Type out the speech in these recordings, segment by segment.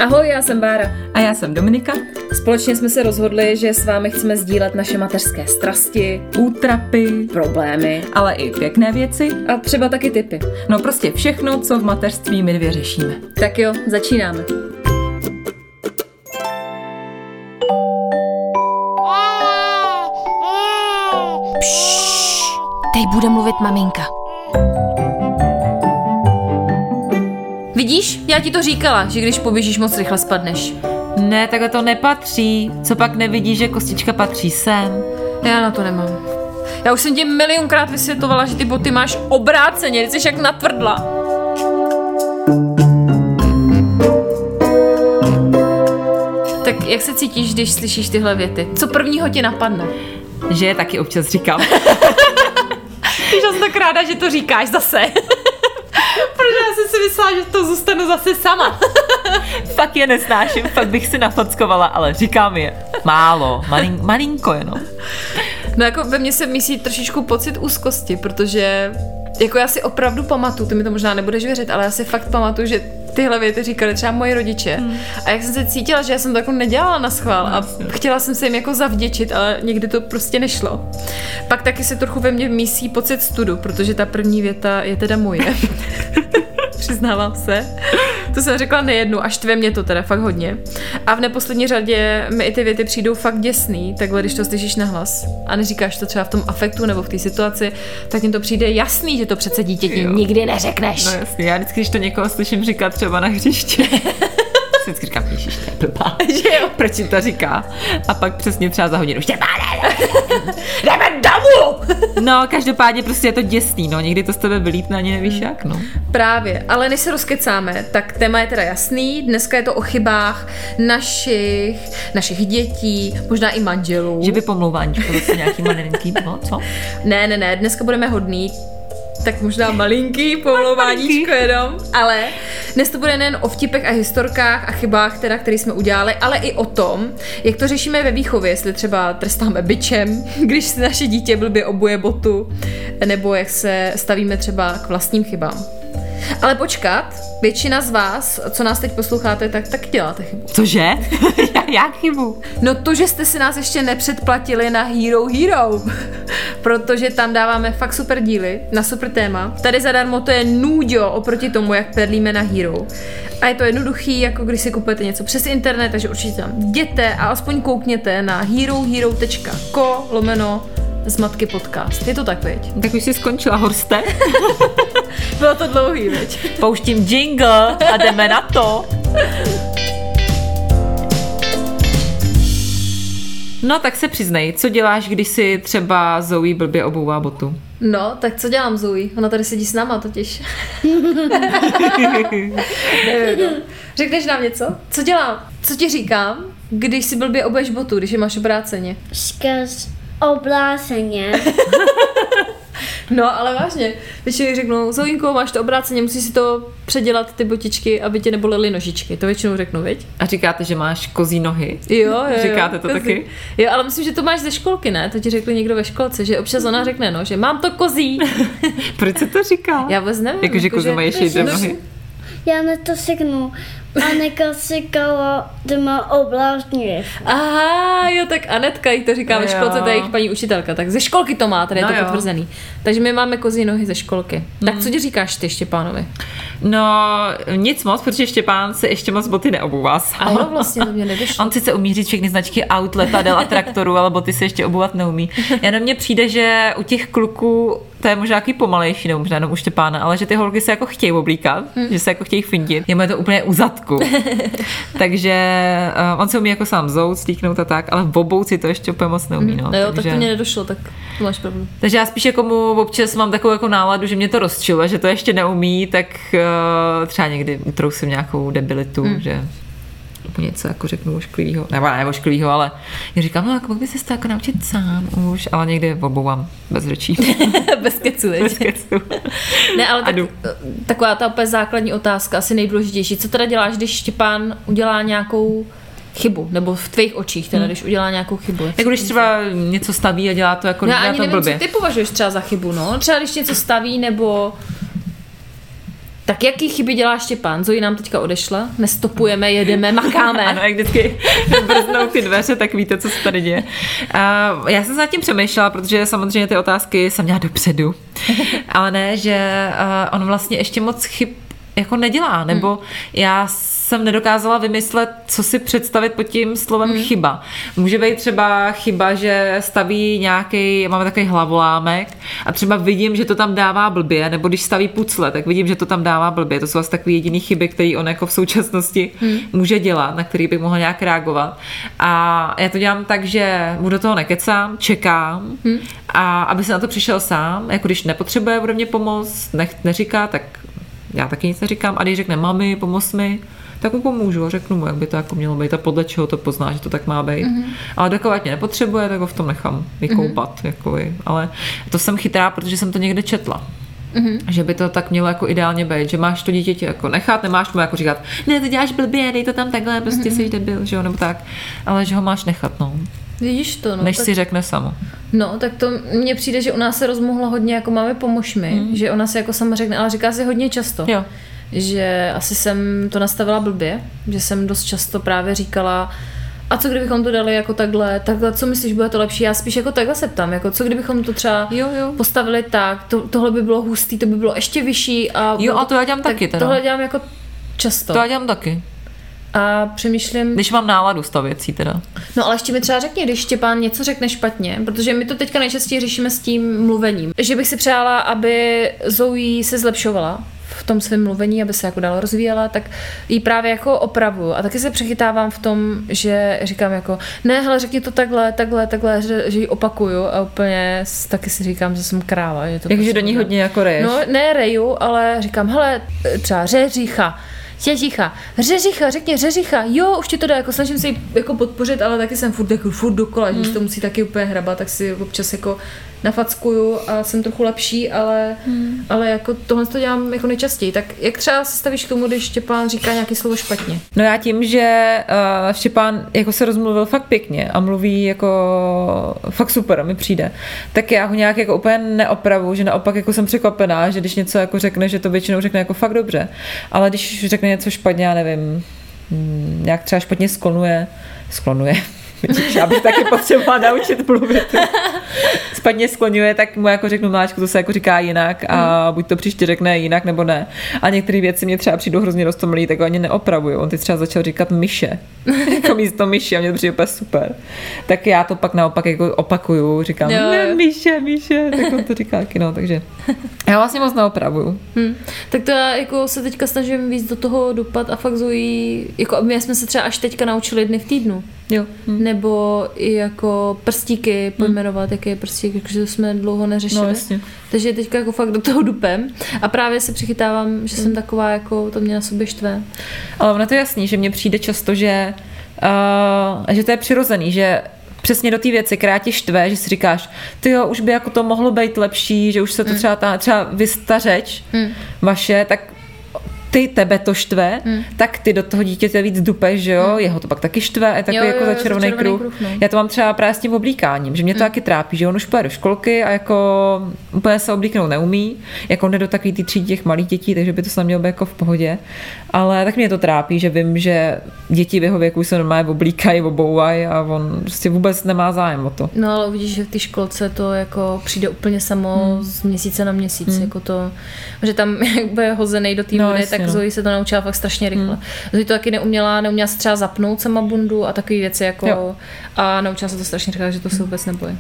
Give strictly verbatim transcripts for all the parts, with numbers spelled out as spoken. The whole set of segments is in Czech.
Ahoj, já jsem Bára. A já jsem Dominika. Společně jsme se rozhodli, že s vámi chceme sdílet naše mateřské strasti, útrapy, problémy, ale i pěkné věci. A třeba taky tipy. No prostě všechno, co v mateřství my dvě řešíme. Tak jo, začínáme. Pšš, teď bude mluvit maminka. Vidíš, já ti to říkala, že když poběžíš, moc rychle spadneš. Ne, takhle to nepatří. Co pak nevidíš, že kostička patří sem? Já na to nemám. Já už jsem ti milionkrát vysvětlovala, že ty boty máš obráceně, ty jsi jak natvrdla. Tak jak se cítíš, když slyšíš tyhle věty? Co prvního ti napadne? Že je taky občas říkám. Víš, já jsem tak ráda, že to říkáš zase. Protože já jsem si myslela, že to zůstanu zase sama. Fakt je nesnáším, fakt bych si nafackovala, ale říkám je málo, malin, malinko jenom. No jako ve mně se mísí trošičku pocit úzkosti, protože jako já si opravdu pamatuju, ty mi to možná nebudeš věřit, ale já si fakt pamatuju, že tyhle věty říkali třeba moji rodiče. Hmm. A jak jsem se cítila, že já jsem to jako nedělala na schvál a chtěla jsem se jim jako zavděčit, ale někdy to prostě nešlo. Pak taky se trochu ve mně mísí pocit studu, protože ta první věta je teda moje. Přiznávám se. To jsem řekla nejednu, až štve mě to teda fakt hodně. A v neposlední řadě mi i ty věty přijdou fakt děsný, takhle když to slyšíš nahlas a neříkáš to třeba v tom afektu nebo v té situaci, tak mi to přijde jasný, že to přece dítěti nikdy neřekneš. No jasně, já vždycky, když to někoho slyším říkat třeba na hřišti, vždycky říkám, ježiš, to je blbá. Že jo? Proč jim to říká? A pak přesně třeba za hodinu, Štěpáne, jdeme domů! No, každopádně prostě je to děsný, no, někdy to z tebe vylítne, ani nevíš jak, no. Právě, ale než se rozkecáme, tak téma je teda jasný, dneska je to o chybách našich, našich dětí, možná i manželů. Že by pomlouvání, to zase nějaký malinký, no, co? Ne, ne, ne, dneska budeme hodný, tak možná malinký pomlouváníčko jenom, ale dnes to bude nejen o vtipech a historkách a chybách, teda, které jsme udělali, ale i o tom, jak to řešíme ve výchově, jestli třeba trestáme bičem, když si naše dítě blbě obuje botu, nebo jak se stavíme třeba k vlastním chybám. Ale počkat, většina z vás, co nás teď posloucháte, tak taky děláte chybu. Cože? Jak chybu? No to, že jste si nás ještě nepředplatili na Hero Hero, protože tam dáváme fakt super díly na super téma. Tady zadarmo to je nůďo oproti tomu, jak perlíme na Hero. A je to jednoduchý, jako když si kupujete něco přes internet, takže určitě tam jděte a aspoň koukněte na herohero tečka co lomeno Zmatky podcast. Je to tak, veď? Tak už jsi skončila, Horste? Bylo to dlouhý, veď? Pouštím jingle a jdeme na to. No tak se přiznej, co děláš, když si třeba Zoe blbě obouvá botu? No, tak co dělám, Zoe? Ona tady sedí s náma totiž. Řekneš nám něco? Co dělám? Co ti říkám, když si blbě obuješ botu, když je máš obráceně? Skrz obráceně. No, ale vážně. Většinou řeknou, Zoinko, máš to obráceně, musíš si to předělat ty botičky, aby tě nebolely nožičky. To většinou řeknou, viď? A říkáte, že máš kozí nohy? Jo, jo, jo. Říkáte to kozí. taky? Jo, ale myslím, že to máš ze školky, ne? To ti řekl někdo ve školce, že občas ona řekne, no, že mám to kozí. Proč se to říká? Já vůbec nevím. Jakože jako, kozy mají šedé nohy? Já na to řeknu. Anika říkala, že má obráceně. Aha, jo, tak Anetka jí to říká ve školce, to je jejich paní učitelka. Tak ze školky to má, tady je no to jo. potvrzený. Takže my máme kozí nohy ze školky. Mm. Tak co ti říkáš ty, Štěpánovi? No, nic moc, protože Štěpán se ještě moc boty neobuvá sám. A jo, vlastně to mě nedošlo. On sice umí říct všechny značky aut, letadel a traktorů, ale boty se ještě obouvat neumí. Jenom mně přijde, že u těch kluků to je možná takový pomalejší, nebo možná jenom u Štěpána, ale že ty holky se jako chtějí oblíkat, hmm. že se jako chtějí findit. Je mu to úplně u zadku. Takže uh, on se umí jako sám zout, stýknout a tak, ale v obouci to ještě úplně moc neumí. No, no jo, takže... tak to mě nedošlo, tak to máš pravdu. Takže já spíš jako mu občas mám takovou jako náladu, že mě to rozčiluje, že to ještě neumí, tak uh, třeba někdy utrousím nějakou debilitu, hmm. že něco jako řeknu ošklivýho, nebo ne ošklivýho, ale já říkám, no, jak mohl by se to jako naučit sám už, ale někdy obouvám bez řečí. Bez kecu, Bez kecu. Ne, ale tak, taková ta úplně základní otázka, asi nejdůležitější. Co teda děláš, když Štěpán udělá nějakou chybu, nebo v tvých očích teda, hmm. když udělá nějakou chybu? Jako když třeba něco staví a dělá to jako no, dělá ani to nevím, blbě. Co ty považuješ třeba za chybu, no? Třeba když něco staví, nebo Tak jaký chyby dělá Štěpán? Zoe nám teďka odešla, nestopujeme, jedeme, makáme. Ano, jak vždycky brznou ty dveře, tak víte, co se tady děje. A já jsem se nad tím přemýšlela, protože samozřejmě ty otázky jsem měla dopředu. Ale ne, že on vlastně ještě moc chyb jako nedělá, nebo hmm. já jsem nedokázala vymyslet, co si představit pod tím slovem hmm. chyba. Může být třeba chyba, že staví nějaký, máme takový hlavolámek a třeba vidím, že to tam dává blbě, nebo když staví pucle, tak vidím, že to tam dává blbě. To jsou vlastně takový jediný chyby, který on jako v současnosti hmm. může dělat, na který bych mohla nějak reagovat. A já to dělám tak, že mu do toho nekecám, čekám hmm. a aby se na to přišel sám, jako když nepotřebuje ode mě pomoct, nech, neříká, tak já taky nic neříkám. A když řekne mami, pomoz mi, tak mu pomůžu a řeknu mu, jak by to jako mělo být a podle čeho to pozná, že to tak má být. Mm-hmm. Ale dokud mě nepotřebuje, tak ho v tom nechám vykoupat. Mm-hmm. Jako ale to jsem chytrá, protože jsem to někde četla. Mm-hmm. Že by to tak mělo jako ideálně být, že máš to dítěti jako nechat, nemáš mu jako říkat, ne, to děláš blbě, dej to tam takhle, prostě mm-hmm. jsi debil, že jo, nebo tak. Ale že ho máš nechat, no. Vidíš to, no. Než tak... si řekne samo. No, tak to mně přijde, že u nás se rozmohlo hodně, jako máme pomož mi, mm. že ona se jako sama řekne, ale říká si hodně často. Jo. Že asi jsem to nastavila blbě, že jsem dost často právě říkala, a co kdybychom to dali jako takhle, takhle, co myslíš, bude to lepší? Já spíš jako takhle se ptám, jako co kdybychom to třeba jo, jo. postavili tak, to, tohle by bylo hustý, to by bylo ještě vyšší. A jo, a to já dělám taky teda. Tohle dělám jako často. To já dělám taky. A přemýšlím... Když mám náladu stavěcí teda. No ale ještě mi třeba řekni, když Štěpán něco řekne špatně, protože my to teďka nejčastěji řešíme s tím mluvením. Že bych si přála, aby Zoe se zlepšovala v tom svém mluvení, aby se jako dál rozvíjela, tak jí právě jako opravuju. A taky se přechytávám v tom, že říkám jako, ne, hele, řekni to takhle, takhle, takhle, že, že ji opakuju a úplně taky si říkám, že jsem kráva. Že to Takže prostě do ní hodně jako reješ. No, ne reju, ale říkám, hele, třeba řeřícha, Řeřícha, řeřícha, řekni řeřícha, jo, už ti to dá, jako snažím se jí jako podpořit, ale taky jsem furt, jako, furt dokola, hmm. že to musí taky úplně hrabat, tak si občas jako nafackuju a jsem trochu lepší, ale, hmm. ale jako tohle to dělám jako nejčastěji. Tak jak třeba se stavíš k tomu, když Štěpán říká nějaké slovo špatně? No já tím, že uh, Štěpán jako se rozmluvil fakt pěkně a mluví jako fakt super, mi přijde, tak já ho nějak jako úplně neopravu, že naopak jako jsem překvapená, že když něco jako řekne, že to většinou řekne jako fakt dobře, ale když řekne něco špatně, já nevím, nějak třeba špatně sklonuje, sklonuje, já bych taky potřebovala naučit mluvit. Špatně skloňuje, tak mu jako řeknu, Miláčku, to se jako říká jinak a buď to příště řekne jinak, nebo ne. A některé věci mě třeba přijdou hrozně roztomilý, tak ho ani neopravuju. On teď třeba začal říkat myše, jako místo myši a mě to přijde úplně super. Tak já to pak naopak jako opakuju, říkám, jo, jo. ne, myše, myše, tak on to říká taky, no, takže já vlastně moc neopravuju. Hmm. Tak to já jako se teďka snažím víc do toho dupat a fakt Zoe, jako my jsme se třeba až teďka naučili dny v týdnu. Jo. Hmm. Nebo i jako prstíky pojmenovat, hmm. jaký je prstík, jakože to jsme dlouho neřešili. No, jasně. Takže teďka jako fakt do toho dupem a právě se přichytávám, že hmm. jsem taková, jako to mě na sobě štve. Ale ono to je jasný, že mně přijde často, že, uh, že to je přirozený, že přesně do té věci, která tě štve, že si říkáš, ty jo, už by jako to mohlo být lepší, že už se to třeba, ta, třeba vysta řeč hmm. vaše, tak ty tebe to štve, hmm. tak ty do toho dítěte víc dupeš, že jo, hmm. jeho to pak taky štve, je takový jo, jako začarovaný kruh. kruh no. Já to mám třeba právě s tím oblíkáním, že mě to hmm. taky trápí, že on už půjde do školky a jako úplně se oblíknout neumí, jako jde do takový ty tříd těch malých dětí, takže by to snad mělo být jako v pohodě, ale tak mě to trápí, že vím, že děti v jeho věku se normálně oblíkají, obouvají a on prostě vůbec nemá zájem o to. No ale uvidíš, že v té školce to jako přijde úplně samo hmm. z měsíce na měsíc, hmm. jako to, že tam jak bude hozenej do té no, vody, tak Zoe se to naučila fakt strašně rychle. Hmm. Zoe to taky neuměla, neuměla se třeba zapnout sama bundu a takové věci jako jo. a naučila se to strašně rychle, že to se vůbec nebojí.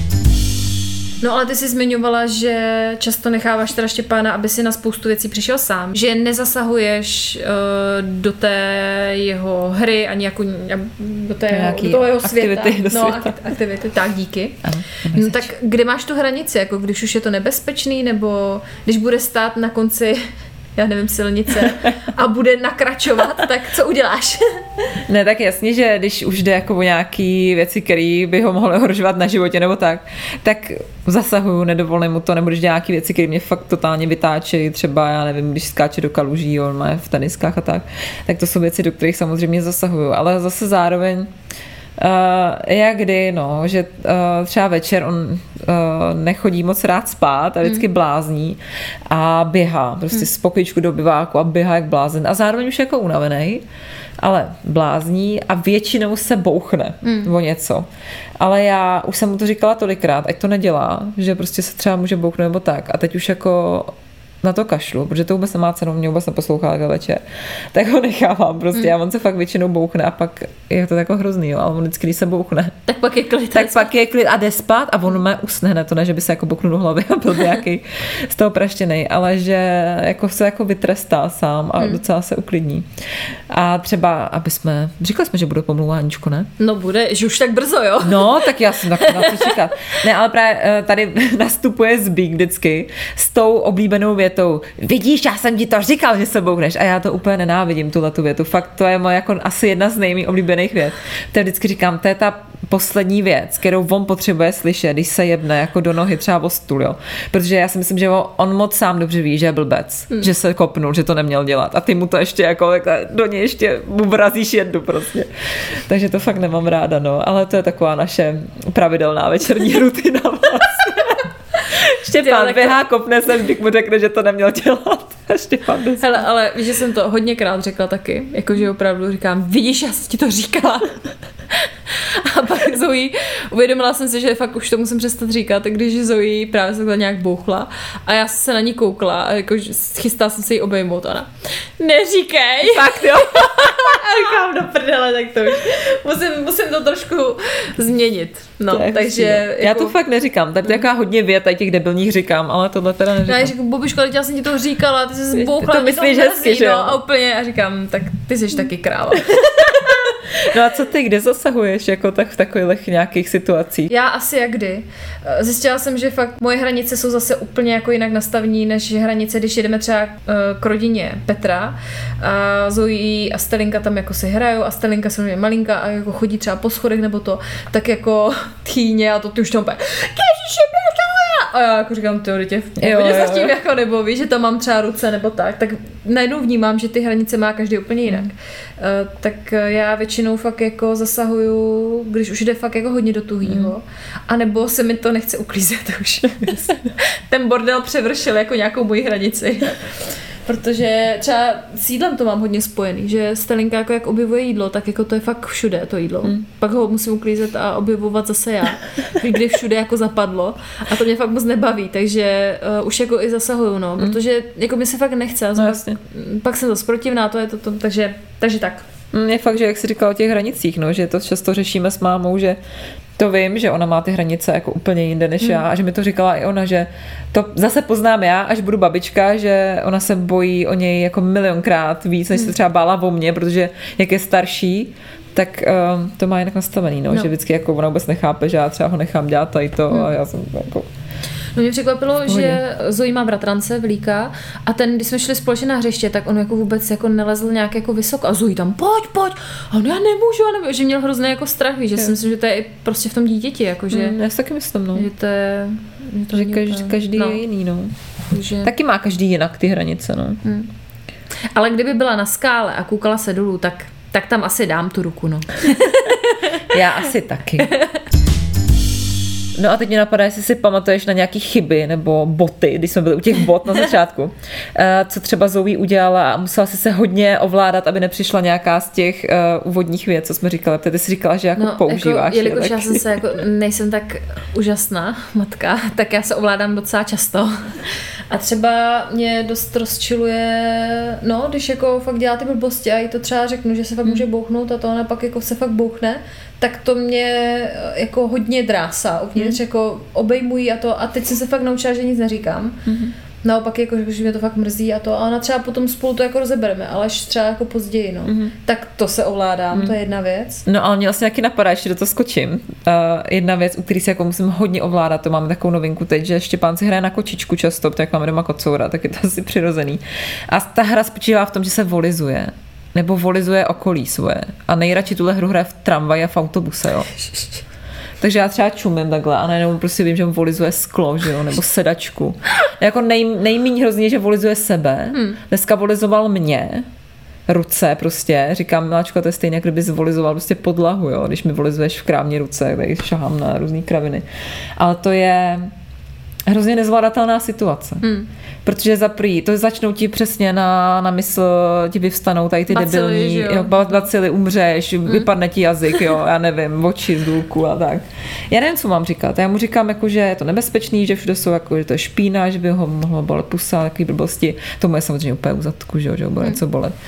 No ale ty jsi zmiňovala, že často necháváš teda Štěpána, aby si na spoustu věcí přišel sám, že nezasahuješ uh, do té jeho hry ani jako do, té, do toho jeho světa. Aktivity do no, světa. aktivity, tak díky. Ano, no tak kde máš tu hranici, jako když už je to nebezpečný, nebo když bude stát na konci já nevím, silnice a bude nakračovat, tak co uděláš? Ne, tak jasně, že když už jde jako o nějaký věci, které by ho mohly ohrožovat na životě nebo tak, tak zasahuju, nedovolím mu to, nebo když jde nějaký věci, které mě fakt totálně vytáčejí, třeba, já nevím, když skáče do kaluží, on má v teniskách a tak, tak to jsou věci, do kterých samozřejmě zasahuju, ale zase zároveň Uh, jak kdy, no, že uh, třeba večer on uh, nechodí moc rád spát a vždycky mm. blázní a běhá, prostě mm. z pokojíčku do biváku a běhá jak blázen a zároveň už jako unavený, ale blázní a většinou se bouchne mm. o něco. Ale já už jsem mu to říkala tolikrát, ať to nedělá, že prostě se třeba může bouchnout nebo tak a teď už jako na to kašlu, protože to vůbec nemá cenu, mě vůbec neposlouchá večer, tak ho nechávám prostě mm. a on se fakt většinou bouchne a pak je to jako hrozný, jo, ale on vždycky, když se bouchne, tak pak je klid. Tak pak je klid a jde spát a on mě usne hned, to ne, že by se jako bouchnul do hlavy a byl nějaký z toho praštěnej, ale že jako se jako vytrestá sám a mm. docela se uklidní. A třeba, aby jsme, říkali jsme, že bude pomluva, Aničko, ne? No bude, že už tak brzo, jo? No, tak já jsem tak na co čekat. Ne, ale právě tady nastupuje Zbík vždycky s tou oblíbenou větou. Vidíš, já jsem ti to říkal, že se bouchneš a já to úplně nenávidím, tuhletu větu. Fakt to je moje jako asi jedna z nejmí oblíbených vět. To vždycky říkám, to je ta poslední věc, kterou on potřebuje slyšet, když se jebne jako do nohy třeba o stůl, jo. Protože já si myslím, že on moc sám dobře ví, že je blbec, hmm. že se kopnul, že to neměl dělat a ty mu to ještě jako do něj ještě mu vrazíš jednu prostě. Takže to fakt nemám ráda, no. Ale to je taková naše pravidelná večerní rutina vlastně. Štěpán běhá, kopne se, Zbík mu řekne, že to neměl dělat. Štěpán hele, ale víš, že jsem to hodněkrát řekla taky, jakože opravdu říkám, vidíš, já jsem ti to říkala. A pak Zoe, uvědomila jsem si, že fakt už to musím přestat říkat, když Zoe právě se takhle nějak bouchla a já se na ní koukla a jako chystala jsem se jí obejmout a ona, neříkej. Fakt jo. A říkám, do prdele, tak to už musím, musím to trošku změnit. No, takže... Jako... Já to fakt neříkám, tady taková hodně vět, tady těch debilních říkám, ale tohle teda neříkám. Já říkám, Bobiško, já jsem ti to říkala, ty jsi zbouchla, to myslíš hezky, že jo? No, a úplně, a říkám, tak ty jsi taky kráva. No a co ty, kde zasahuješ jako tak v takových nějakých situacích? Já asi jak kdy. Zjistila jsem, že fakt moje hranice jsou zase úplně jako jinak nastavení, než hranice, když jedeme třeba k rodině Petra a Zoe a Stelinka tam jako si hrajou a Stelinka se mě malinká a jako chodí třeba po schodech nebo to, tak jako týně a to ty už tam úplně a já jako říkám, ty dítě, hodně se s tím jako neboví, že tam mám třeba ruce nebo tak, tak najednou vnímám, že ty hranice má každý úplně jinak. Mm. Uh, tak já většinou fakt jako zasahuju, když už jde fakt jako hodně do tuhýho, mm. anebo se mi to nechce uklízet už. Ten bordel převršil jako nějakou moji hranici. Protože třeba s jídlem to mám hodně spojený, že Stelinka jako jak objevuje jídlo, tak jako to je fakt všude to jídlo. Mm. Pak ho musím uklízet a objevovat zase já, kdy všude jako zapadlo a to mě fakt moc nebaví, takže uh, už jako i zasahuju, no, mm. protože jako mi se fakt nechce, no, pak, pak jsem zase protivná, to je to, to takže, takže tak. Je fakt, že jak jsi říkala o těch hranicích, no, že to často řešíme s mámou, že to vím, že ona má ty hranice jako úplně jinde než hmm. já a že mi to říkala i ona, že to zase poznám já, až budu babička, že ona se bojí o něj jako milionkrát víc, než se třeba bála o mě, protože jak je starší, tak um, to má jinak nastavený, no, no. Že vždycky jako ona vůbec nechápe, že já třeba ho nechám dělat tady to hmm. a já jsem jako... No mě překvapilo, že Zoe má bratrance Vlíka a ten, když jsme šli společně na hřiště, tak on jako vůbec jako nelezl nějak jako vysoko a Zoe tam pojď, pojď a on já nemůžu, já nemůžu, že měl hrozný jako strach, víš, že si myslím, že to je i prostě v tom dítěti, jako že... Mm, já si taky myslím, no. Že to je... Že, to že každý, každý no. je jiný, no. Takže... Taky má každý jinak ty hranice, no. Hmm. Ale kdyby byla na skále a koukala se dolů, tak, tak tam asi dám tu ruku, no. Já asi taky. No a teď mě napadá, jestli si pamatuješ na nějaký chyby nebo boty, když jsme byli u těch bot na začátku, co třeba Zoe udělala a musela si se hodně ovládat, aby nepřišla nějaká z těch uh, úvodních věc, co jsme říkali. Ty jsi říkala, že jako no, používáš. Jako, jelikož je, já jsem se jako, nejsem tak úžasná matka, tak já se ovládám docela často. A třeba mě dost rozčiluje, no, když jako fakt dělá ty blbosti a jí to třeba řeknu, že se fakt může bouchnout a to ona pak jako se fakt bouchne, tak to mě jako hodně drásá uvnitř, mm. jako obejmují a to a teď jsem se fakt naučila, že nic neříkám. Mm. Naopak jako, že mě to fakt mrzí a to a ona třeba potom spolu to jako rozebereme, ale až třeba jako později, no. Mm. Tak to se ovládám, mm. to je jedna věc. No ale mě vlastně nějaký napadá, ještě do toho skočím. Uh, jedna věc, u který si jako musím hodně ovládat, to máme takovou novinku teď, že Štěpán si hraje na kočičku často, tak máme doma kocoura, tak je to asi přirozený. A ta hra spočívá v tom, že se volizuje. Nebo volizuje okolí svoje. A nejradši tuhle hru hraje v tramvaji a v autobuse, jo. Takže já třeba čumím takhle a najednou prostě vím, že on volizuje sklo, že jo, nebo sedačku. Jako nej, nejmíň hrozně, že volizuje sebe. Hmm. Dneska volizoval mě, ruce prostě. Říkám, miláčko, to je stejně, jak kdyby zvolizoval prostě podlahu, jo, když mi volizuješ v krámě ruce, tak šahám na různý kraviny. Ale to je hrozně nezvládatelná situace. Hmm. Protože za prý, to začnou ti přesně na, na mysl, ti vyvstanou tady ty bacily, debilní, jo? Jo, bacily, umřeš, hmm. vypadne ti jazyk, jo, já nevím, oči z důlku a tak. Já nevím, co mám říkat. Já mu říkám, jako, že je to nebezpečný, že všude jsou, jako, že to je špína, že by ho mohlo bolet pusa, takový blbosti. Tomu je samozřejmě úplně u zadku, že jo, bude hmm. něco bolet.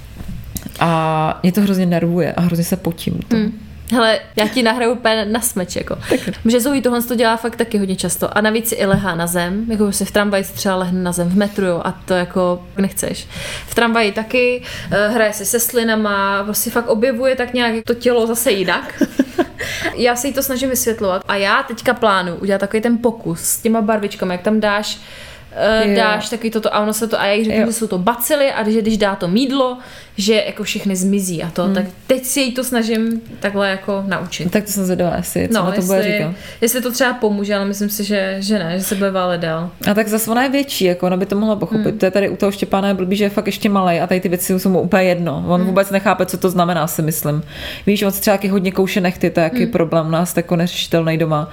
A mě to hrozně nervuje a hrozně se potím. To. Hmm. Hele, já ti nahraju úplně na smeč, jako. Že Zoe tohle to dělá fakt taky hodně často a navíc si i lehá na zem, jako se v tramvaji třeba lehne na zem, v metru, jo, a to jako nechceš. V tramvaji taky, hraje se se slinama, prostě fakt objevuje tak nějak to tělo zase jinak. Já se jí to snažím vysvětlovat a já teďka plánuju udělat takový ten pokus s těma barvičkami, jak tam dáš Uh, dáš taky toto a ono se to, a já jí řeknu, že jsou to bacily a že když dá to mýdlo, že jako všechny zmizí a to, hmm. tak teď si jí to snažím takhle jako naučit. Tak to jsem zvědavá, jestli, co no, na to jestli, bude říkat. Jestli to třeba pomůže, ale myslím si, že, že ne, že se bude válet dál. A tak zase ona je větší, jako ona by to mohla pochopit. Hmm. To je tady u toho Štěpána je blbý, že je fakt ještě malej a tady ty věci jsou mu úplně jedno. On hmm. vůbec nechápe, co to znamená, si myslím. Víš, on se třeba taky hodně kouše nechty, to je jaký hmm. problém u nás, jako neřešitelný doma.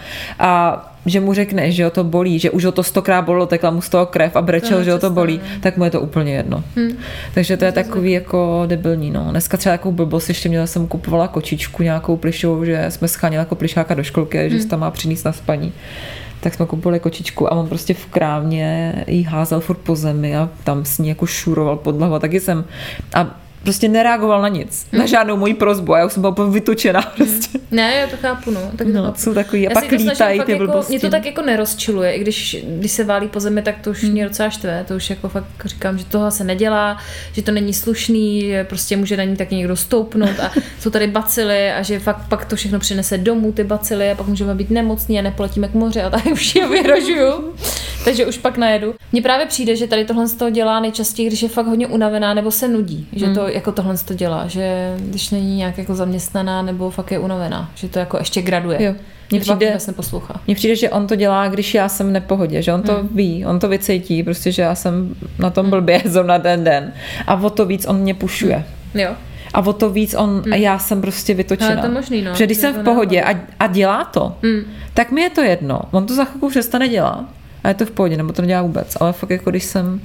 A že mu řekneš, že ho to bolí, že už ho to stokrát bolilo, tekla mu z toho krev a brečel, no, že ho to bolí, tak mu je to úplně jedno. Hmm. Takže to je takový jako debilní. No. Dneska třeba takovou blbost, ještě měla jsem kupovala kočičku nějakou plišovou, že jsme scháněli jako plišáka do školky, hmm. že se tam má přinést na spaní. Tak jsme kupovali kočičku a on prostě v krámě jí házel furt po zemi a tam s ní jako šuroval podlahu a taky jsem a prostě nereagoval na nic, mm. na žádnou moji prosbu a já už jsem byla úplně vytočená prostě. Ne, já to chápu, no. Tak no, chápu. Jsou takový a pak lítají ty blbosti. Jako, mě to tak jako nerozčiluje, i když, když se válí po zemi, tak to už mm. mě docela štve, to už jako fakt říkám, že toho se nedělá, že to není slušný, že prostě může na ní taky někdo stoupnout a jsou tady bacily a že fakt pak to všechno přinese domů, ty bacily a pak můžeme být nemocní a nepoletíme k moři a tak už je vyhrožuju. Takže už pak najedu. Mně právě přijde, že tady tohle z toho dělá nejčastěji, když je fakt hodně unavená nebo se nudí, že to jako tohle to dělá, že když není nějak jako zaměstnaná nebo fakt je unavená, že to jako ještě graduje. Jo. Mně přijde, mně přijde, že on to dělá, když já jsem v nepohodě, že on to hmm. ví, on to vycítí, prostě, že já jsem na tom blbě zrovna ten den a o to víc on mě pušuje. Hmm. Jo. A o to víc on, hmm. a já jsem prostě vytočená. No, to možný, no. Protože když jsem v pohodě a, a dělá to, hmm. tak mi je to jedno. On to za chvilku přestane dělat a je to v pohodě, nebo to nedělá vůbec. Ale fakt jako když jsem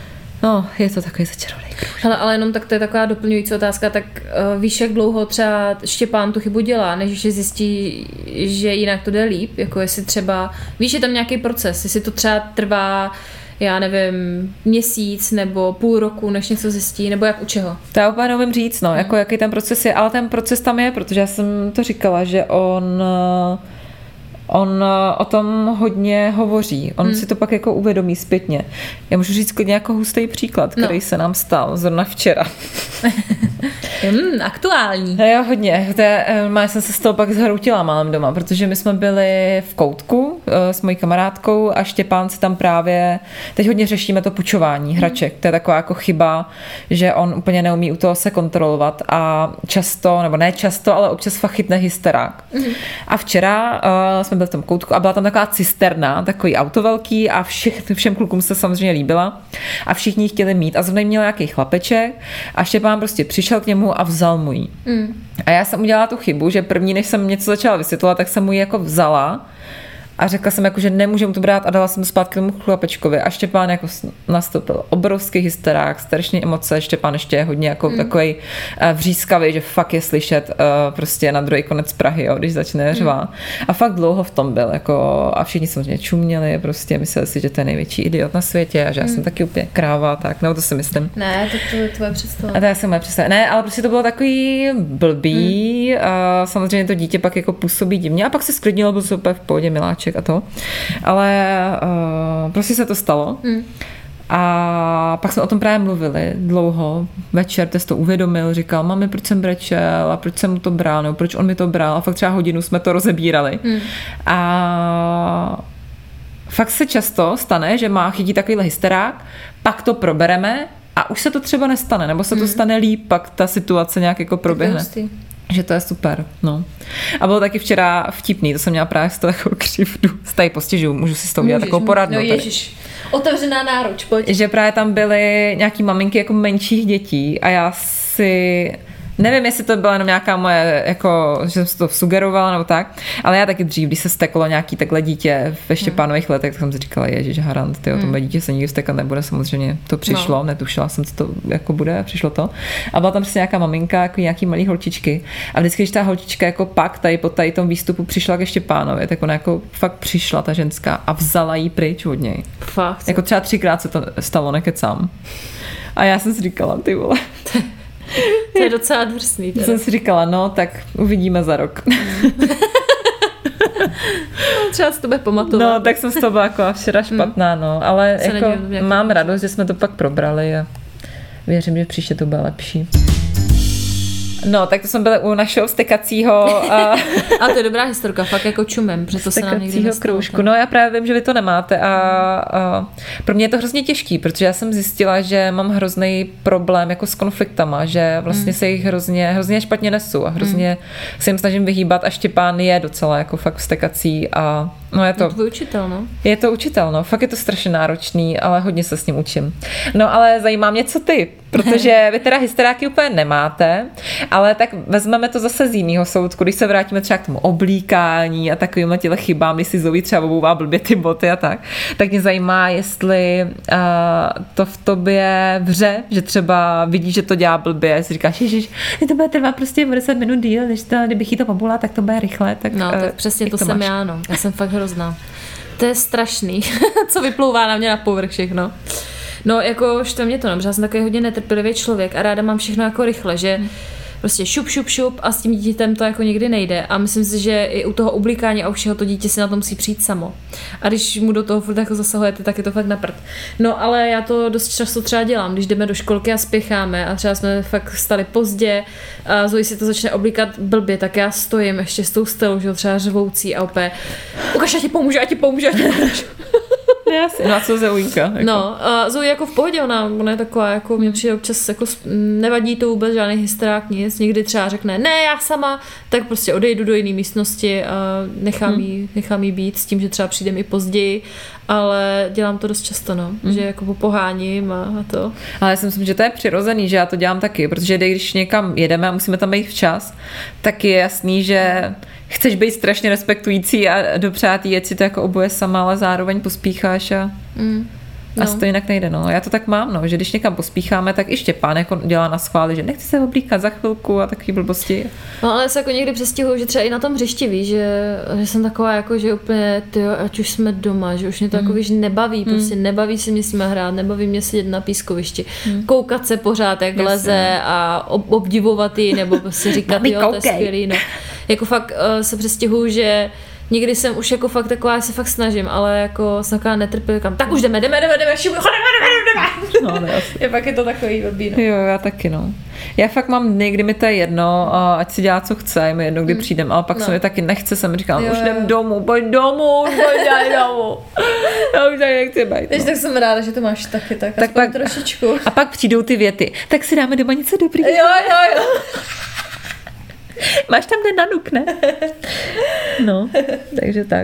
no, je to takový začarovný kruh. Hele, ale jenom tak to je taková doplňující otázka, tak uh, víš, jak dlouho třeba Štěpán tu chybu dělá, než si zjistí, že jinak to jde líp, jako jestli třeba, víš, je tam nějaký proces, jestli to třeba trvá, já nevím, měsíc nebo půl roku, než něco zjistí, nebo jak u čeho? To já úplně nevím říct, no, hmm. jako jaký ten proces je, ale ten proces tam je, protože já jsem to říkala, že on... On o tom hodně hovoří. On hmm. si to pak jako uvědomí zpětně. Já můžu říct klidně jako hustý příklad, který no. se nám stal zrovna včera. hmm, aktuální. No jo, hodně. Já jsem se z toho pak zhroutila málem doma, protože my jsme byli v koutku s mojí kamarádkou a Štěpán se tam právě, teď hodně řešíme to pučování hraček. To je taková jako chyba, že on úplně neumí u toho se kontrolovat a často, nebo ne často, ale občas fakt chytne hysterák. Hmm. A včera uh, jsme byli v tom koutku a byla tam taková cisterna, takový auto velký a všech, všem klukům se samozřejmě líbila a všichni ji chtěli mít a zrovna měl nějaký chlapeček a Štěpán prostě přišel k němu a vzal mu ji. Mm. A já jsem udělala tu chybu, že první, než jsem něco začala vysvětlovat, tak jsem mu ji jako vzala a řekla jsem jako, že nemůžu to brát a dala jsem to zpátky tomu chlapečkovi a Štěpán jako nastoupil obrovský hysterák, strašně emoce, Štěpán ještě je hodně jako mm. takovej uh, vřískavý, že fakt je slyšet uh, prostě na druhý konec Prahy, jo, když začne řvát. Mm. A fakt dlouho v tom byl, jako a všichni samozřejmě čuměli, prostě mysleli si, že to je největší idiot na světě a že mm. já jsem taky úplně kráva, tak, nebo to si myslím. Ne, to, to je tvoje představa. A to já jsem moje představa. Ne, ale prostě to bylo takový blbý mm. a samozřejmě to dítě pak jako působí divně a pak se sklidnilo, byl super v pohodě, miláček a to. Ale uh, prostě se to stalo. Mm. A pak jsme o tom právě mluvili dlouho. Večer Tess to uvědomil, říkal, mami, proč jsem brečel a proč jsem mu to bral, nebo proč on mi to bral. A fakt třeba hodinu jsme to rozebírali. Mm. A fakt se často stane, že má chytí takovýhle hysterák, pak to probereme a už se to třeba nestane, nebo se to mm. stane líp, pak ta situace nějak jako proběhne. Že to je super, no. A bylo taky včera vtipný, to jsem měla právě z toho takovou křivdu. Z tady postěžu, můžu si s tou dělat takovou poradnu. No ježiš, otevřená náruč, pojď. Že právě tam byly nějaký maminky jako menších dětí a já asi... Nevím, jestli to byla jenom nějaká moje, jako, že jsem to sugerovala nebo tak, ale já taky dřív, když se steklo nějaký takhle dítě ve Štěpánových letech, tak jsem si říkala, ježiš, harant, tyjo, hmm. to dítě se nikdy stekat nebude, samozřejmě to přišlo, no. Netušila jsem, co to jako bude, přišlo to. A byla tam prostě nějaká maminka, jako nějaký malý holčičky. A vždycky, když ta holčička jako pak tady po tady tom výstupu přišla ke Štěpánovi, tak ona jako fakt přišla, ta ženská, a vzala jí pryč od něj. Fakt. Jako třeba třikrát se to stalo, nekecám. A já jsem si říkala, ty vole. To je docela drsný. Teda. Jsem si říkala, no, tak uvidíme za rok. No, třeba si to bude pamatovat. No, tak jsem z toho byla jako včera špatná, no, ale Se jako nevím, mám radost, že jsme to pak probrali a věřím, že příště to bude lepší. No, tak to jsme byli u našeho vstekacího... Uh, a to je dobrá historka, fakt jako čumem, protože to se nám někdy nestalo. Kroužku. No, já právě vím, že vy to nemáte a, a pro mě je to hrozně těžký, protože já jsem zjistila, že mám hrozný problém jako s konfliktama, že vlastně mm. se jich hrozně, hrozně špatně nesu a hrozně mm. se jim snažím vyhýbat a Štěpán je docela jako fakt vstekací a no je to... Je to tvůj učitel, no? Je to učitel, no. Fakt je to strašně náročný, ale hodně se s ním učím. No, ale zajímá mě, co ty, protože vy teda hysteráky úplně nemáte, ale tak vezmeme to zase z jiného soudku, když se vrátíme třeba k tomu oblíkání a takovým těle chybám, když si Zoe třeba obouvá blbě ty boty a tak, tak mě zajímá, jestli uh, to v tobě vře, že třeba vidíš, že to dělá blbě, si říkáš, ježiš, to bude trvat prostě deset minut díl, než to, kdybych jí to obula, tak to bude rychle. Tak, no, tak přesně uh, to, to jsem já, no. Já jsem fakt hrozná. To je strašný, co vyplouvá na mě na povrch všechno. No, jako štve mě to, no, protože já jsem takový hodně netrpělivý člověk a ráda mám všechno jako rychle, že hmm. prostě šup, šup, šup a s tím dítětem to jako nikdy nejde a myslím si, že i u toho oblíkání a u všeho to dítě si na to musí přijít samo. A když mu do toho furt jako zasahujete, tak je to fakt na prd. No, ale já to dost často třeba dělám, když jdeme do školky a spěcháme a třeba jsme fakt stali pozdě a Zoe si to začne oblíkat blbě, tak já stojím ještě s tou stelou, že třeba řvoucí a opět ukaž, já ti pomůžu, já ti pomůžu, já ti pomůžu. Jasně. No a co Zoinka? Jako? No, a Zoe jako v pohodě, ona, ona je taková, jako mě přijde občas, jako nevadí to vůbec žádný hysterák, nic, někdy třeba řekne, ne, já sama, tak prostě odejdu do jiné místnosti a nechám, hmm. jí, nechám jí být s tím, že třeba přijdem i později, ale dělám to dost často, no, hmm. že jako popoháním a, a to. Ale já si myslím, že to je přirozený, že já to dělám taky, protože když někam jedeme a musíme tam být včas, tak je jasný, že chceš být strašně respektující a dopřát jet si to jako oboje sama, ale zároveň pospícháš a, mm, no. a to jinak nejde. No. Já to tak mám, no, že když někam pospícháme, tak i Štěpán jako dělá na schvály, že nechci se oblíkat za chvilku a takový blbosti. No ale se jako někdy přestihuju, že třeba i na tom hřišti víš, že, že jsem taková jako, že úplně, tyjo, ať už jsme doma, že už mě to mm. jako víš, nebaví, mm. prostě nebaví se mě s nimi hrát, nebaví mě sedět na pískovišti, mm. koukat se pořád, jak Jasně. leze a ob- obdivovat ji, nebo prostě říkat, jo, to je skvělý, no. Jako fakt uh, se přestěhuju, že někdy jsem už jako fakt taková, já se fakt snažím, ale jako jsem taková netrpělivá, tak už jdeme, jdeme, jdeme, jdeme, jdeme, jdeme, jdeme. No, ne, je pak je to takový blbý, no. Jo, já taky, no. Já fakt mám dny, kdy mi to je jedno, ať si dělá, co chce, je mi jedno, kdy mm. přijdem, ale pak no. se mi taky nechce, jsem říkala, jo, už jdem domů, pojď domů, pojď dělej domů. Já už tady nechci být. Víš, no. tak jsem ráda, že to máš taky, tak, tak pak, trošičku. A pak přijdou ty věty, tak si dáme doma něco dobrýho. Jo, jo, jo. Máš tam ten nanuk, ne? No, takže tak.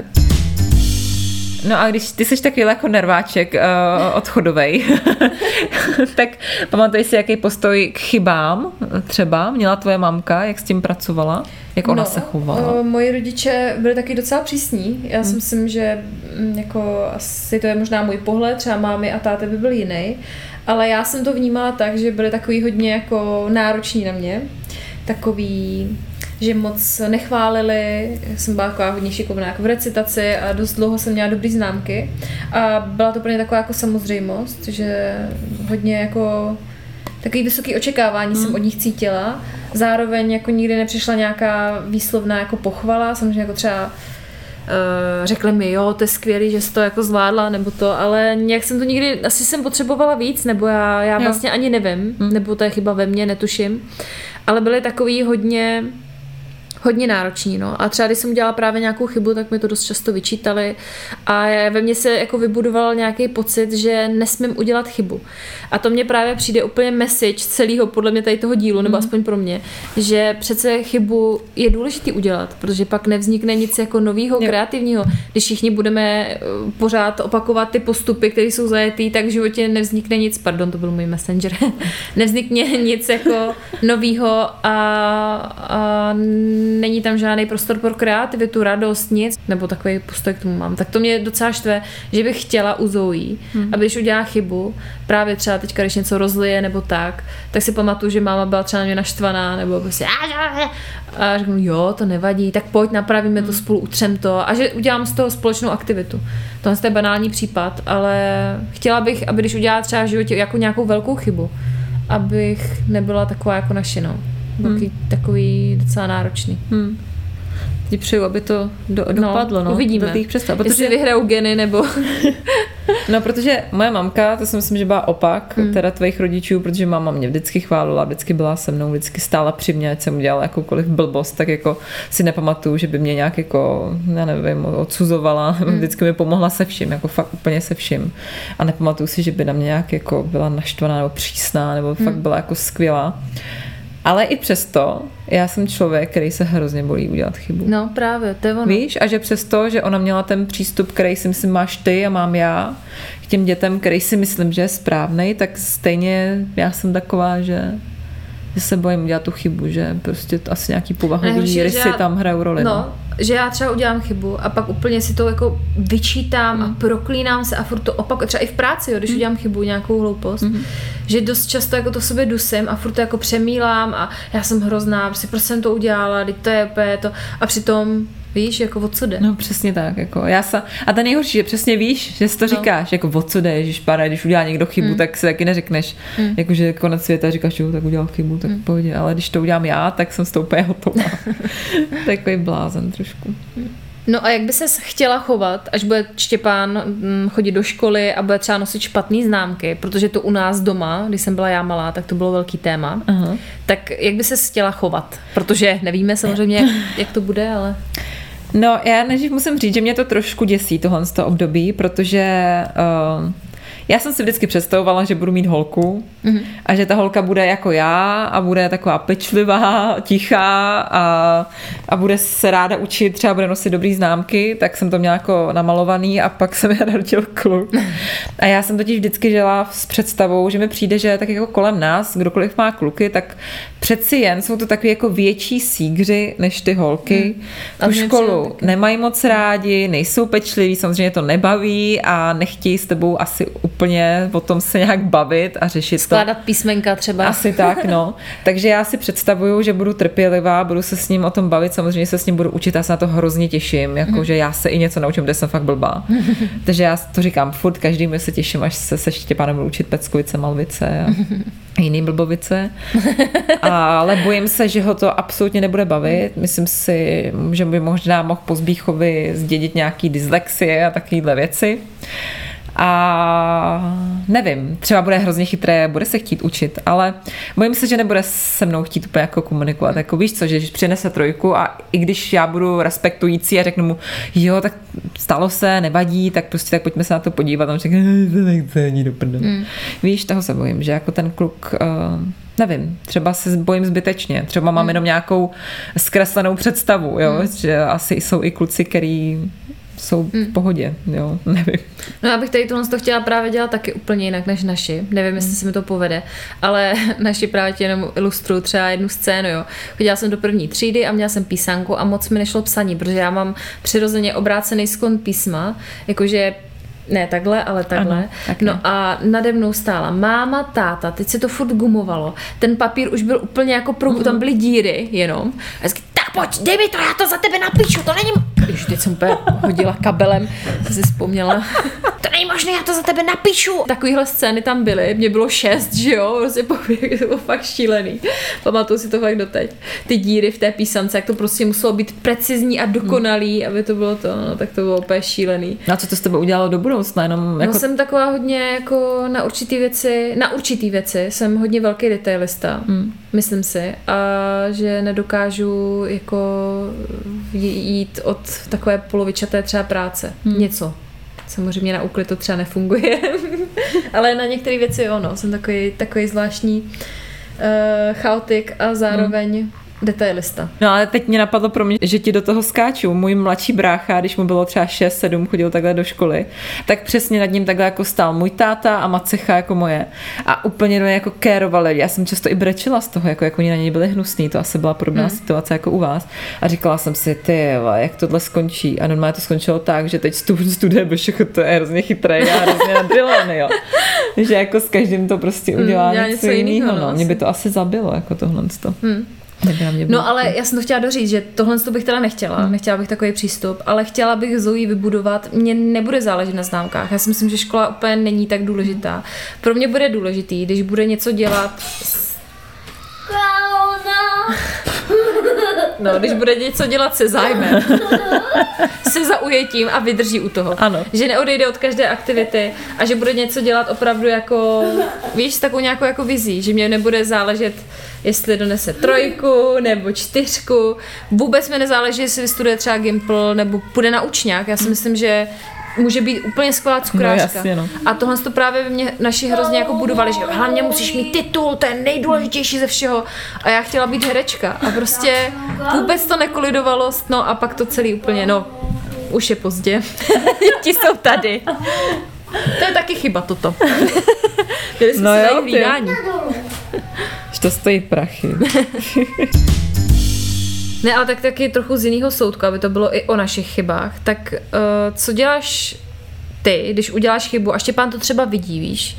No a když ty jsi takový jako nerváček uh, odchodovej, tak pamatuješ si, jaký postoj k chybám třeba měla tvoje mamka, jak s tím pracovala? Jak ona no, se chovala? Uh, moji rodiče byli taky docela přísní. Já hmm. si myslím, že jako asi to je možná můj pohled, třeba mámy a táty by byl jiný, ale já jsem to vnímala tak, že byli takový hodně jako nároční na mě. Takový, že moc nechválili, jsem byla taková hodně šikovná jako v recitaci a dost dlouho jsem měla dobrý známky a byla to pro mě taková jako samozřejmost, že hodně jako takový vysoký očekávání mm. jsem od nich cítila, zároveň jako nikdy nepřišla nějaká výslovná jako pochvala, samozřejmě jako třeba Uh, řekli mi, jo, to je skvělý, že jsi to jako zvládla, nebo to, ale nějak jsem to nikdy, asi jsem potřebovala víc, nebo já, já vlastně ani nevím, hmm. nebo to je chyba ve mně, netuším, ale byly takový hodně hodně náročný, no. A třeba když jsem udělala právě nějakou chybu, tak mi to dost často vyčítali a ve mně se jako vybudoval nějaký pocit, že nesmím udělat chybu. A to mně právě přijde úplně message celého podle mě tady toho dílu, nebo aspoň pro mě, že přece chybu je důležitý udělat, protože pak nevznikne nic jako novýho, kreativního. Když všichni budeme pořád opakovat ty postupy, které jsou zajetý, tak v životě nevznikne nic, pardon, to byl můj messenger, nevznikne nic jako novýho a, a není tam žádný prostor pro kreativitu, radost, nic, nebo takový postoj k tomu mám. Tak to mě docela štve, že bych chtěla u Zoe, hmm. aby když udělá chybu, právě třeba teďka, když něco rozlije nebo tak, tak si pamatuju, že máma byla třeba na mě naštvaná, nebo prostě a řeknu, jo, to nevadí, tak pojď, napravíme to spolu, utřem to a že udělám z toho společnou aktivitu. Tohle je banální případ, ale chtěla bych, aby když udělala třeba v životě jako nějakou velkou chybu, abych nebyla taková jako naši, no. Hmm. Takový docela náročný. Hmm. Ti přeju, aby to do, dopadlo, no. Uvidíme. Do těch představ, protože... Jestli vyhrajou geny, nebo... No, protože moje mamka, to si myslím, že byla opak, hmm. teda tvých rodičů, protože máma mě vždycky chválila, vždycky byla se mnou, vždycky stála při mě, ať jsem udělala jakoukoliv blbost, tak jako si nepamatuju, že by mě nějak jako, já nevím, odsuzovala, hmm. vždycky mi pomohla se vším, jako fakt úplně se vším. A nepamatuju si, že by na mě nějak jako byla naštvaná nebo přísná, nebo hmm. fakt byla jako skvělá. Ale i přesto, já jsem člověk, který se hrozně bojí udělat chybu. No právě, to je ono. Víš, a že přesto, že ona měla ten přístup, který si myslím máš ty a mám já, k těm dětem, který si myslím, že je správnej, tak stejně já jsem taková, že, že se bojím udělat tu chybu, že prostě to asi nějaký povahový rysy já, tam hrajou roli. No, no, že já třeba udělám chybu a pak úplně si to jako vyčítám mm. a proklínám se a furt to opakuju, třeba i v práci, jo, když mm. udělám chybu, nějakou hloupost, mm. že dost často jako to sobě dusím a furt to jako přemýlám a já jsem hrozná, prostě proč jsem to udělala, teď to je úplně to a přitom víš, jako o co jde. No přesně tak, jako já sa, a ta nejhorší, že přesně víš, že si to no. říkáš, jako o co jde, ježišpare, když udělá někdo chybu, mm. tak si taky neřekneš, mm. jakože konec světa říkáš, jo, tak udělal chybu, tak mm. pohodě, ale když to udělám já, tak jsem s tou úplně hotová. Takový blázen trošku. No a jak by ses chtěla chovat, až bude Štěpán chodit do školy a bude třeba nosit špatný známky, protože to u nás doma, když jsem byla já malá, tak to bylo velký téma, uh-huh. tak jak by ses chtěla chovat? Protože nevíme samozřejmě, jak, jak to bude, ale... No já než musím říct, že mě to trošku děsí tohle z toho období, protože... Uh, já jsem si vždycky představovala, že budu mít holku mm-hmm. a že ta holka bude jako já a bude taková pečlivá, tichá a, a bude se ráda učit, třeba bude nosit dobrý známky, tak jsem to měla jako namalovaný a pak se mi narodil kluk. A já jsem totiž vždycky žila s představou, že mi přijde, že tak jako kolem nás, kdokoliv má kluky, tak přeci jen jsou to takový jako větší sígři než ty holky. Mm. Tu školu nemají moc rádi, nejsou pečliví, samozřejmě to nebaví a nechtějí s tebou asi úplně o tom se nějak bavit a řešit skládat to. písmenka třeba. Asi tak, no. Takže já si představuju, že budu trpělivá, budu se s ním o tom bavit, samozřejmě se s ním budu učit, já se na to hrozně těším, jako, mm. že já se i něco naučím, kde jsem fakt blbá. Takže já to říkám furt, každému se těším, až se se Štěpánem budu učit peckovice, malvice a jiný blbovice. Ale bojím se, že ho to absolutně nebude bavit. Myslím si, že by možná mohl po Zbíchovi zdědit nějaký dyslexie a takovéhle věci. A nevím, třeba bude hrozně chytré, bude se chtít učit, ale bojím se, že nebude se mnou chtít úplně jako komunikovat. Jako víš co, že když přinese trojku a i když já budu respektující a řeknu mu, jo, tak stalo se, nevadí, tak prostě tak pojďme se na to podívat. A on řekne, to nechce ani do prdele. Mm. Víš, toho se bojím, že jako ten kluk... Uh, nevím, třeba se bojím zbytečně, třeba mám mm. jenom nějakou zkreslenou představu, jo, mm. že asi jsou i kluci, který jsou v pohodě, jo, nevím. No já bych tady tohle to chtěla právě dělat taky úplně jinak než naši, nevím, jestli se mi to povede, ale naši právě tě jenom ilustruju třeba jednu scénu, jo. Chodila jsem do první třídy a měla jsem písanku a moc mi nešlo psaní, protože já mám přirozeně obrácený sklon písma, jakože ne takhle, ale takhle. Ano, tak no a nade mnou stála máma, táta, teď se to furt gumovalo. Ten papír už byl úplně jako pro, mm. tam byly díry jenom. A vždycky, tak pojď, dej mi to, já to za tebe napíšu, to není... Když teď jsem úplně hodila kabelem, jsem si vzpomněla. To není možné, já to za tebe napíšu. Takovýhle scény tam byly, mě bylo šest, že jo, prostě pověk, to bylo fakt šílený. Pamatuju si to fakt doteď. Ty díry v té písance, jak to prostě muselo být precizní a dokonalý, hmm. aby to bylo to, no, tak to bylo úplně šílený. No a co to s tebe udělalo do budoucna? Jenom jako... No jsem taková hodně jako na určitý věci, na určitý věci jsem hodně velký detailista, hmm. myslím si, a že nedokážu jako jít od takové polovičaté třeba práce. Hmm. Něco. Samozřejmě na úklid to třeba nefunguje, ale na některé věci jo, no, jsem takový, takový zvláštní uh, chaotik a zároveň hmm. detailista. No ale teď mě napadlo pro mě, že ti do toho skáču. Můj mladší brácha, když mu bylo třeba šest sedm, chodil takhle do školy, tak přesně nad ním takhle jako stál můj táta a macecha jako moje. A úplně do něj jako kérovali. Já jsem často i brečela z toho, jako, jako oni na něj byli hnusný. To asi byla podobná hmm. situace jako u vás. A říkala jsem si, ty jak tohle skončí. A normálně to skončilo tak, že teď studuje všechno, to je hrozně chytré a hrozně nadrilený, jo. Že jako s každým to prostě udělá hmm, něco jiného. No. Mě by to asi zabilo, jako tohle. Hmm. No ale já jsem to chtěla doříct, že tohle bych teda nechtěla, hmm. nechtěla bych takový přístup, ale chtěla bych Zoe vybudovat, mně nebude záležet na známkách, já si myslím, že škola úplně není tak důležitá. Pro mě bude důležitý, když bude něco dělat s... No, když bude něco dělat se zájmem, se zaujetím a vydrží u toho. Ano. Že neodejde od každé aktivity a že bude něco dělat opravdu jako, víš, s takovou nějakou jako vizí, že mě nebude záležet, jestli donese trojku nebo čtyřku. Vůbec mi nezáleží, jestli vystuduje třeba Gimpl nebo půjde na učňák. Já si myslím, že může být úplně skvělá cukrářka. No, jasně, no. A tohle to právě ve mně naši hrozně jako budovali, že hlavně musíš mít titul, to je nejdůležitější ze všeho. A já chtěla být herečka a prostě vůbec to nekolidovalo, no a pak to celý úplně, no, už je pozdě. Ti jsou tady. To je taky chyba toto. Měli jsme no si najít hlídání. Že to stojí prachy. Ne, ale tak taky trochu z jiného soudku, aby to bylo i o našich chybách. Tak uh, co děláš ty, když uděláš chybu a Štěpán to třeba vidí, víš?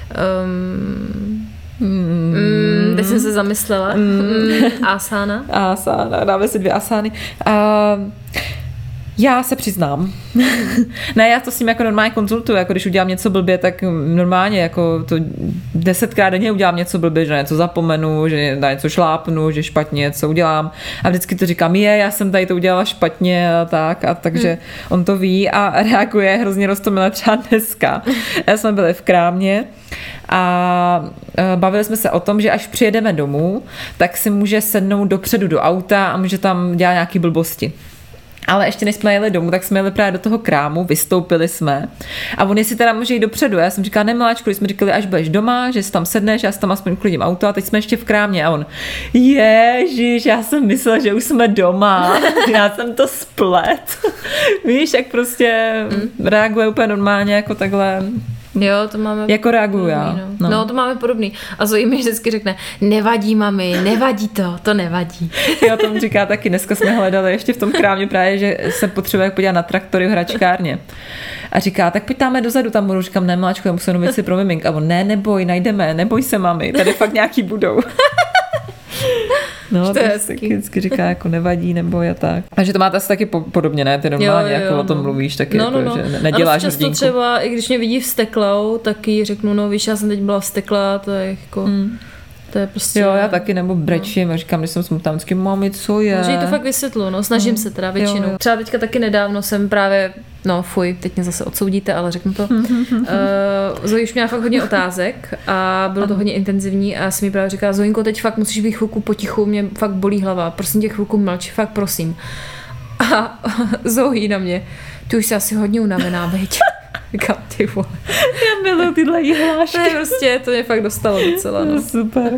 Um, mm. Mm, teď jsem se zamyslela. Mm. Asána. Asána, dáme si dvě asány. Uh, Já se přiznám. Ne, já to s ním jako normálně konzultuju, jako když udělám něco blbě, tak normálně jako to desetkrát denně udělám něco blbě, že něco zapomenu, že na něco šlápnu, že špatně něco udělám a vždycky to říkám, je, já jsem tady to udělala špatně a tak a takže hmm. on to ví a reaguje hrozně roztomile třeba dneska. Já jsme byli v krámě a bavili jsme se o tom, že až přijedeme domů, tak si může sednout dopředu do auta a může tam dělat nějaký blbosti. Ale ještě než jsme jeli domů, tak jsme jeli právě do toho krámu, vystoupili jsme a on si teda může jít dopředu. Já jsem říkala, nemiláčku, když jsme říkali, až budeš doma, že si tam sedneš, já si tam aspoň uklidím auto a teď jsme ještě v krámě a on, ježiš, já jsem myslela, že už jsme doma, já jsem to splet. Víš, jak prostě mm. reaguje úplně normálně jako takhle. Jo, to máme jako reaguju já. No. No. no, to máme podobný. A Zoe mi vždycky řekne, nevadí mami, nevadí to, to nevadí. Já tomu říká taky, dneska jsme hledali ještě v tom krámě právě, že se potřebuje podívat na traktory v hračkárně. A říká, tak pojď tam dozadu, tam budu, říkám, ne mláčku, já musím jenom věci pro mimink. A on, ne, neboj, najdeme, neboj se mami, tady fakt nějaký budou. No, to je taky vždycky říká, jako nevadí, nebo a tak. A že to máte asi taky po, podobně, ne? Ty normálně, jo, jo, jako no. O tom mluvíš, taky no, jako, no, no. že neděláš často hrdinku. Třeba, i když mě vidí vsteklou, tak jí řeknu, no víš, já jsem teď byla vsteklá, to je jako... Hmm. To je prostě... Jo, já taky, nebo brečím a říkám, když jsem smutná, vždycky, mami, co je? No, že jí to fakt vysvětlu, no, snažím hmm. se teda většinou. Jo, jo. Třeba teďka taky nedávno jsem právě, no fuj, teď mě zase odsoudíte, ale řeknu to. uh, Zoe už měla fakt hodně otázek a bylo to hodně intenzivní a já jsem mi právě říkala, Zoinko, teď fakt musíš být chvilku potichu, mě fakt bolí hlava, prosím tě chvilku mlč, fakt prosím. A Zoe na mě, ty už jsi asi hodně unavená, veď. Říkám, ty vole. Já miluji tyhle jí hlášky. Ne, prostě to mě fakt dostalo docela. No. Super.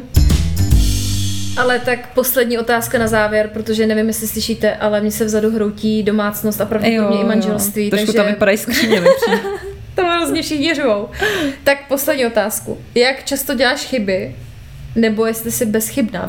Ale tak poslední otázka na závěr, protože nevím, jestli slyšíte, ale mě se vzadu hroutí domácnost a pravděpodobně i manželství. Trošku takže... tam vypadají skříně. Tam hrozně všichni řvou. Tak poslední otázku. Jak často děláš chyby? Nebo jestli jsi bezchybná?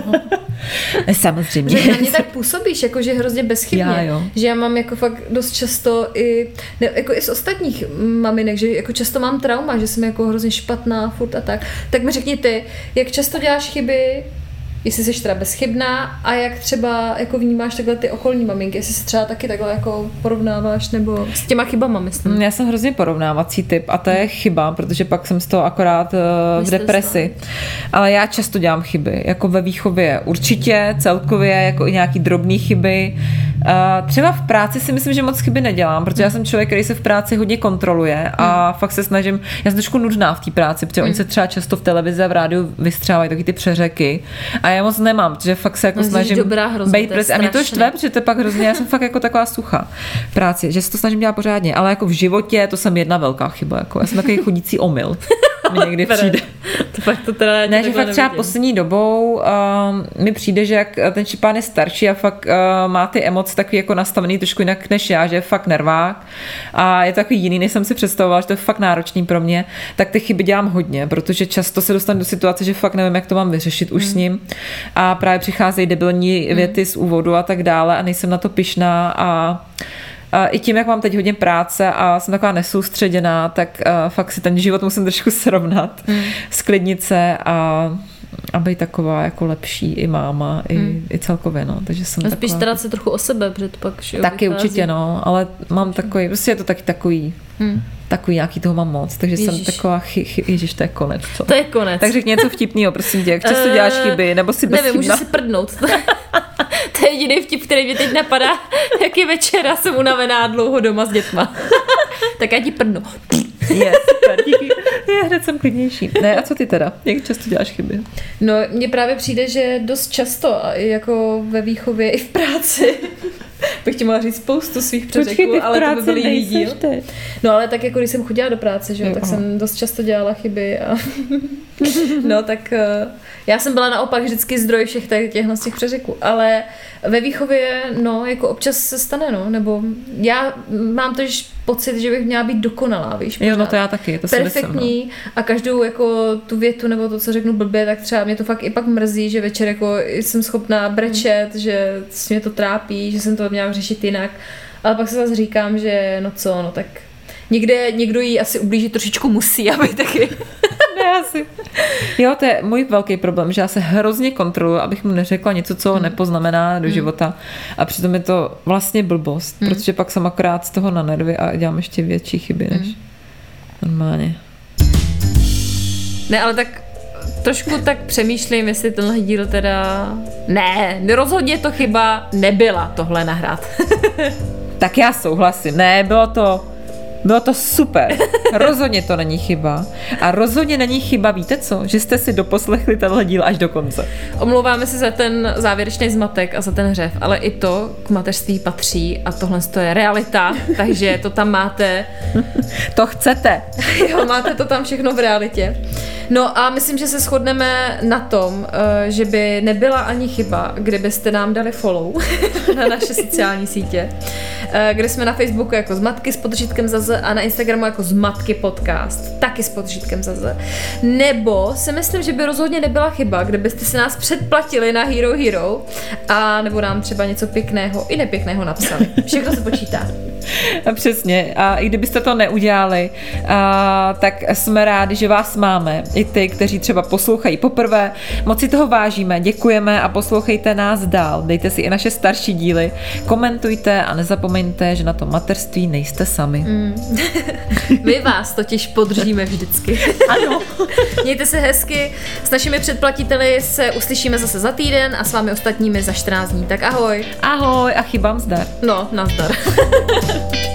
Samozřejmě. Že na mě tak působíš, jako že hrozně bezchybně. Já, jo. Že já mám jako fakt dost často i, ne, jako i z ostatních maminek, že jako často mám trauma, že jsem jako hrozně špatná furt a tak. Tak mi řekni ty, jak často děláš chyby jestli jsi teda bezchybná a jak třeba jako vnímáš takhle ty okolní maminky, jestli se třeba taky takhle jako porovnáváš nebo s těma chybama, myslím. Já jsem hrozně porovnávací typ a to je chyba, protože pak jsem z toho akorát uh, v depresi. Ale já často dělám chyby, jako ve výchově určitě, celkově, jako i nějaký drobný chyby. Uh, třeba v práci si myslím, že moc chyby nedělám, protože já jsem člověk, který se v práci hodně kontroluje a mm. fakt se snažím, já jsem trošku nudná v té práci, protože mm. oni se třeba často v televizi a v rádiu vystřávají taky ty přeřeky a já moc nemám, protože fakt se jako no, snažím dobrá, hrozně, bejt pres, a mě to štve, protože to je pak hrozně, já jsem fakt jako taková sucha v práci, že se to snažím dělat pořádně, ale jako v životě to jsem jedna velká chyba, jako já jsem takový chodící omyl. Mi někdy přijde. To fakt to teda ne, že fakt třeba poslední dobou um, mi přijde, že jak ten Štěpán je starší a fakt uh, má ty emoce takový jako nastavený trošku jinak než já, že je fakt nervák a je takový jiný, než jsem si představovala, že to je fakt náročný pro mě, tak ty chyby dělám hodně, protože často se dostanu do situace, že fakt nevím, jak to mám vyřešit už hmm. s ním a právě přicházejí debilní hmm. věty z úvodu a tak dále a nejsem na to pyšná a a i tím, jak mám teď hodně práce a jsem taková nesoustředěná, tak uh, fakt si ten život musím trošku srovnat, mm. sklidnit se a, a být taková jako lepší i máma, i, mm. i celkově, no. Takže jsem a spíš taková... starat se trochu o sebe, protože to pak že taky vychází. Určitě, no, ale mám takový, prostě je to taky takový, mm. takový nějaký toho mám moc, takže Ježiš. jsem taková, chy, chy, ježiš, to je konec, co? To je konec. Tak řekni něco vtipného, prosím tě, jak často uh, děláš chyby, nebo si bezchybná? Nevím, můžu si prdnout. To je jediný vtip, který mě teď napadá, jak je večera, jsem unavená dlouho doma s dětma. Tak já ti prdnu. Je, super, díky. Je, hned jsem klidnější. Ne, a co ty teda? Jak často děláš chyby? No, mně právě přijde, že dost často, a i jako ve výchově, i v práci, bych ti mohla říct spoustu svých přeřeků, ale to by byl jiný díl. No, ale tak jako když jsem chodila do práce, že jo, tak jsem dost často dělala chyby a no, tak já jsem byla naopak vždycky zdroj všech těchto z těch přeřeků, ale ve výchově, no, jako občas se stane, no, nebo já mám tož pocit, že bych měla být dokonalá, víš, jo, no to já taky, to perfektní jsem, no. A každou jako tu větu nebo to, co řeknu blbě, tak třeba mě to fakt i pak mrzí, že večer jako jsem schopná brečet, mm. že mě to trápí, že jsem to měla řešit jinak, ale pak se zase říkám, že no co, no tak někde někdo jí asi ublížit trošičku musí, aby taky... Ne, asi. Jo, to je můj velký problém, že já se hrozně kontroluji, abych mu neřekla něco, co hmm. nepoznamená do hmm. života. A přitom je to vlastně blbost, hmm. protože pak jsem akorát z toho na nervy a dělám ještě větší chyby než hmm. normálně. Ne, ale tak trošku tak přemýšlím, jestli tenhle díl teda... Ne, rozhodně to chyba nebyla tohle nahrát. Tak já souhlasím. Ne, bylo to... Bylo to super. Rozhodně to není chyba. A rozhodně není chyba, víte co? Že jste si doposlechli tenhle díl až do konce. Omlouváme se za ten závěrečný zmatek a za ten hřev, ale i to k mateřství patří a tohle to je realita, takže to tam máte. To chcete. Jo, máte to tam všechno v realitě. No a myslím, že se shodneme na tom, že by nebyla ani chyba, kdybyste nám dali follow na naše sociální sítě, kde jsme na Facebooku jako Zmatky s podřídkem za Z a na Instagramu jako Zmatky podcast, taky s podřídkem za Z. Nebo si myslím, že by rozhodně nebyla chyba, kdybyste si nás předplatili na Hero Hero a nebo nám třeba něco pěkného i nepěkného napsali. Všechno se počítá. A přesně. A i kdybyste to neudělali, a, tak jsme rádi, že vás máme. I ty, kteří třeba poslouchají poprvé. Moc si toho vážíme, děkujeme a poslouchejte nás dál. Dejte si i naše starší díly, komentujte a nezapomeňte, že na tom mateřství nejste sami. Mm. My vás totiž podržíme vždycky. Ano. Mějte se hezky. S našimi předplatiteli se uslyšíme zase za týden a s vámi ostatními za čtrnáct dní. Tak ahoj. Ahoj a chybám zdar. No, nazdar.